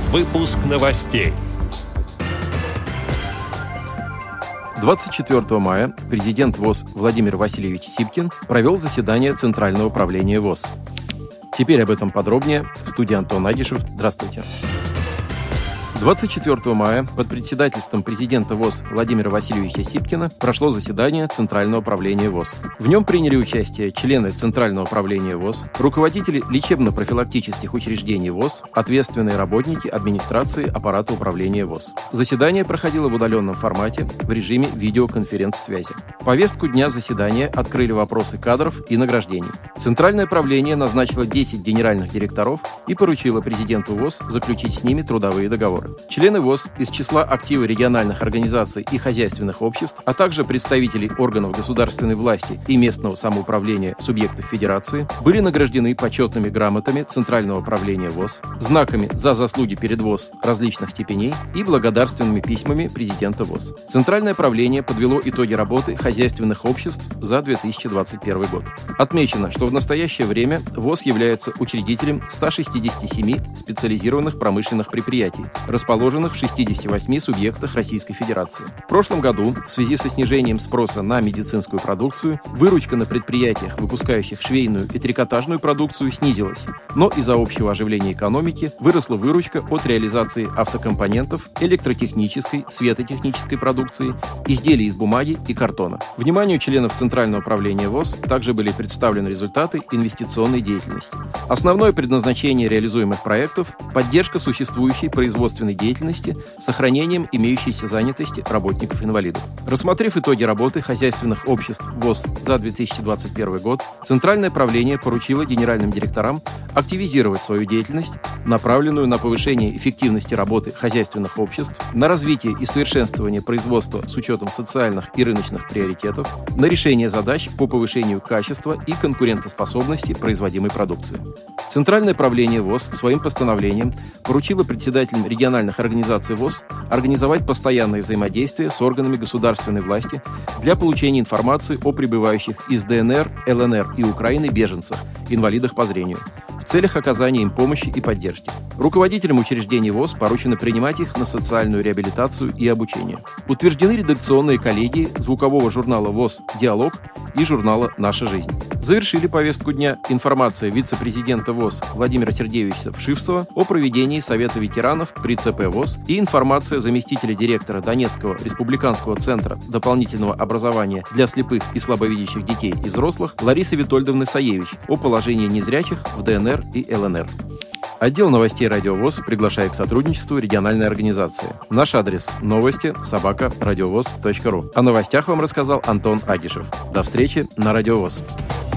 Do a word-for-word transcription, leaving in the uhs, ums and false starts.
Выпуск новостей. двадцать четвёртого мая президент ВОС Владимир Васильевич Сипкин провел заседание Центрального управления ВОС. Теперь об этом подробнее. В студии Антон Агишев. Здравствуйте. двадцать четвёртого мая под председательством президента ВОС Владимира Васильевича Сипкина прошло заседание Центрального управления ВОС. В нем приняли участие члены Центрального управления ВОС, руководители лечебно-профилактических учреждений ВОС, ответственные работники администрации аппарата управления ВОС. Заседание проходило в удаленном формате в режиме видеоконференц-связи. Повестку дня заседания открыли вопросы кадров и награждений. Центральное управление назначило десять генеральных директоров и поручило президенту ВОС заключить с ними трудовые договоры. Члены ВОС из числа актива региональных организаций и хозяйственных обществ, а также представителей органов государственной власти и местного самоуправления субъектов Федерации были награждены почетными грамотами Центрального управления ВОС, знаками за заслуги перед ВОС различных степеней и благодарственными письмами президента ВОС. Центральное управление подвело итоги работы хозяйственных обществ за две тысячи двадцать первый год. Отмечено, что в настоящее время ВОС является учредителем ста шестидесяти семи специализированных промышленных предприятий, расположенных в шестидесяти восьми субъектах Российской Федерации. В прошлом году, в связи со снижением спроса на медицинскую продукцию, выручка на предприятиях, выпускающих швейную и трикотажную продукцию, снизилась. Но из-за общего оживления экономики выросла выручка от реализации автокомпонентов, электротехнической, светотехнической продукции, изделий из бумаги и картона. Вниманию членов Центрального управления ВОС также были представлены результаты инвестиционной деятельности. Основное предназначение реализуемых проектов – поддержка существующей производственной деятельности с сохранением имеющейся занятости работников-инвалидов. Рассмотрев итоги работы хозяйственных обществ ВОС за две тысячи двадцать первый год, Центральное управление поручило генеральным директорам активизировать свою деятельность, направленную на повышение эффективности работы хозяйственных обществ, на развитие и совершенствование производства с учетом социальных и рыночных приоритетов, на решение задач по повышению качества и конкурентоспособности производимой продукции. Центральное управление ВОС своим постановлением поручило председателям региональных организаций ВОС организовать постоянное взаимодействие с органами государственной власти для получения информации о прибывающих из ДНР, ЛНР и Украины беженцах, инвалидах по зрению, в целях оказания им помощи и поддержки. Руководителям учреждений ВОС поручено принимать их на социальную реабилитацию и обучение. Утверждены редакционные коллегии звукового журнала ВОС «Диалог» и журнала «Наша жизнь». Завершили повестку дня информация вице-президента ВОС Владимира Сергеевича Вшивцева о проведении Совета ветеранов при ЦП ВОС и информация заместителя директора Донецкого республиканского центра дополнительного образования для слепых и слабовидящих детей и взрослых Ларисы Витольдовны Саевич о положении незрячих в ДНР и ЛНР. Отдел новостей Радио ВОС приглашает к сотрудничеству региональной организации. Наш адрес – новости собака радиовоз точка ру. О новостях вам рассказал Антон Агишев. До встречи на Радио ВОС.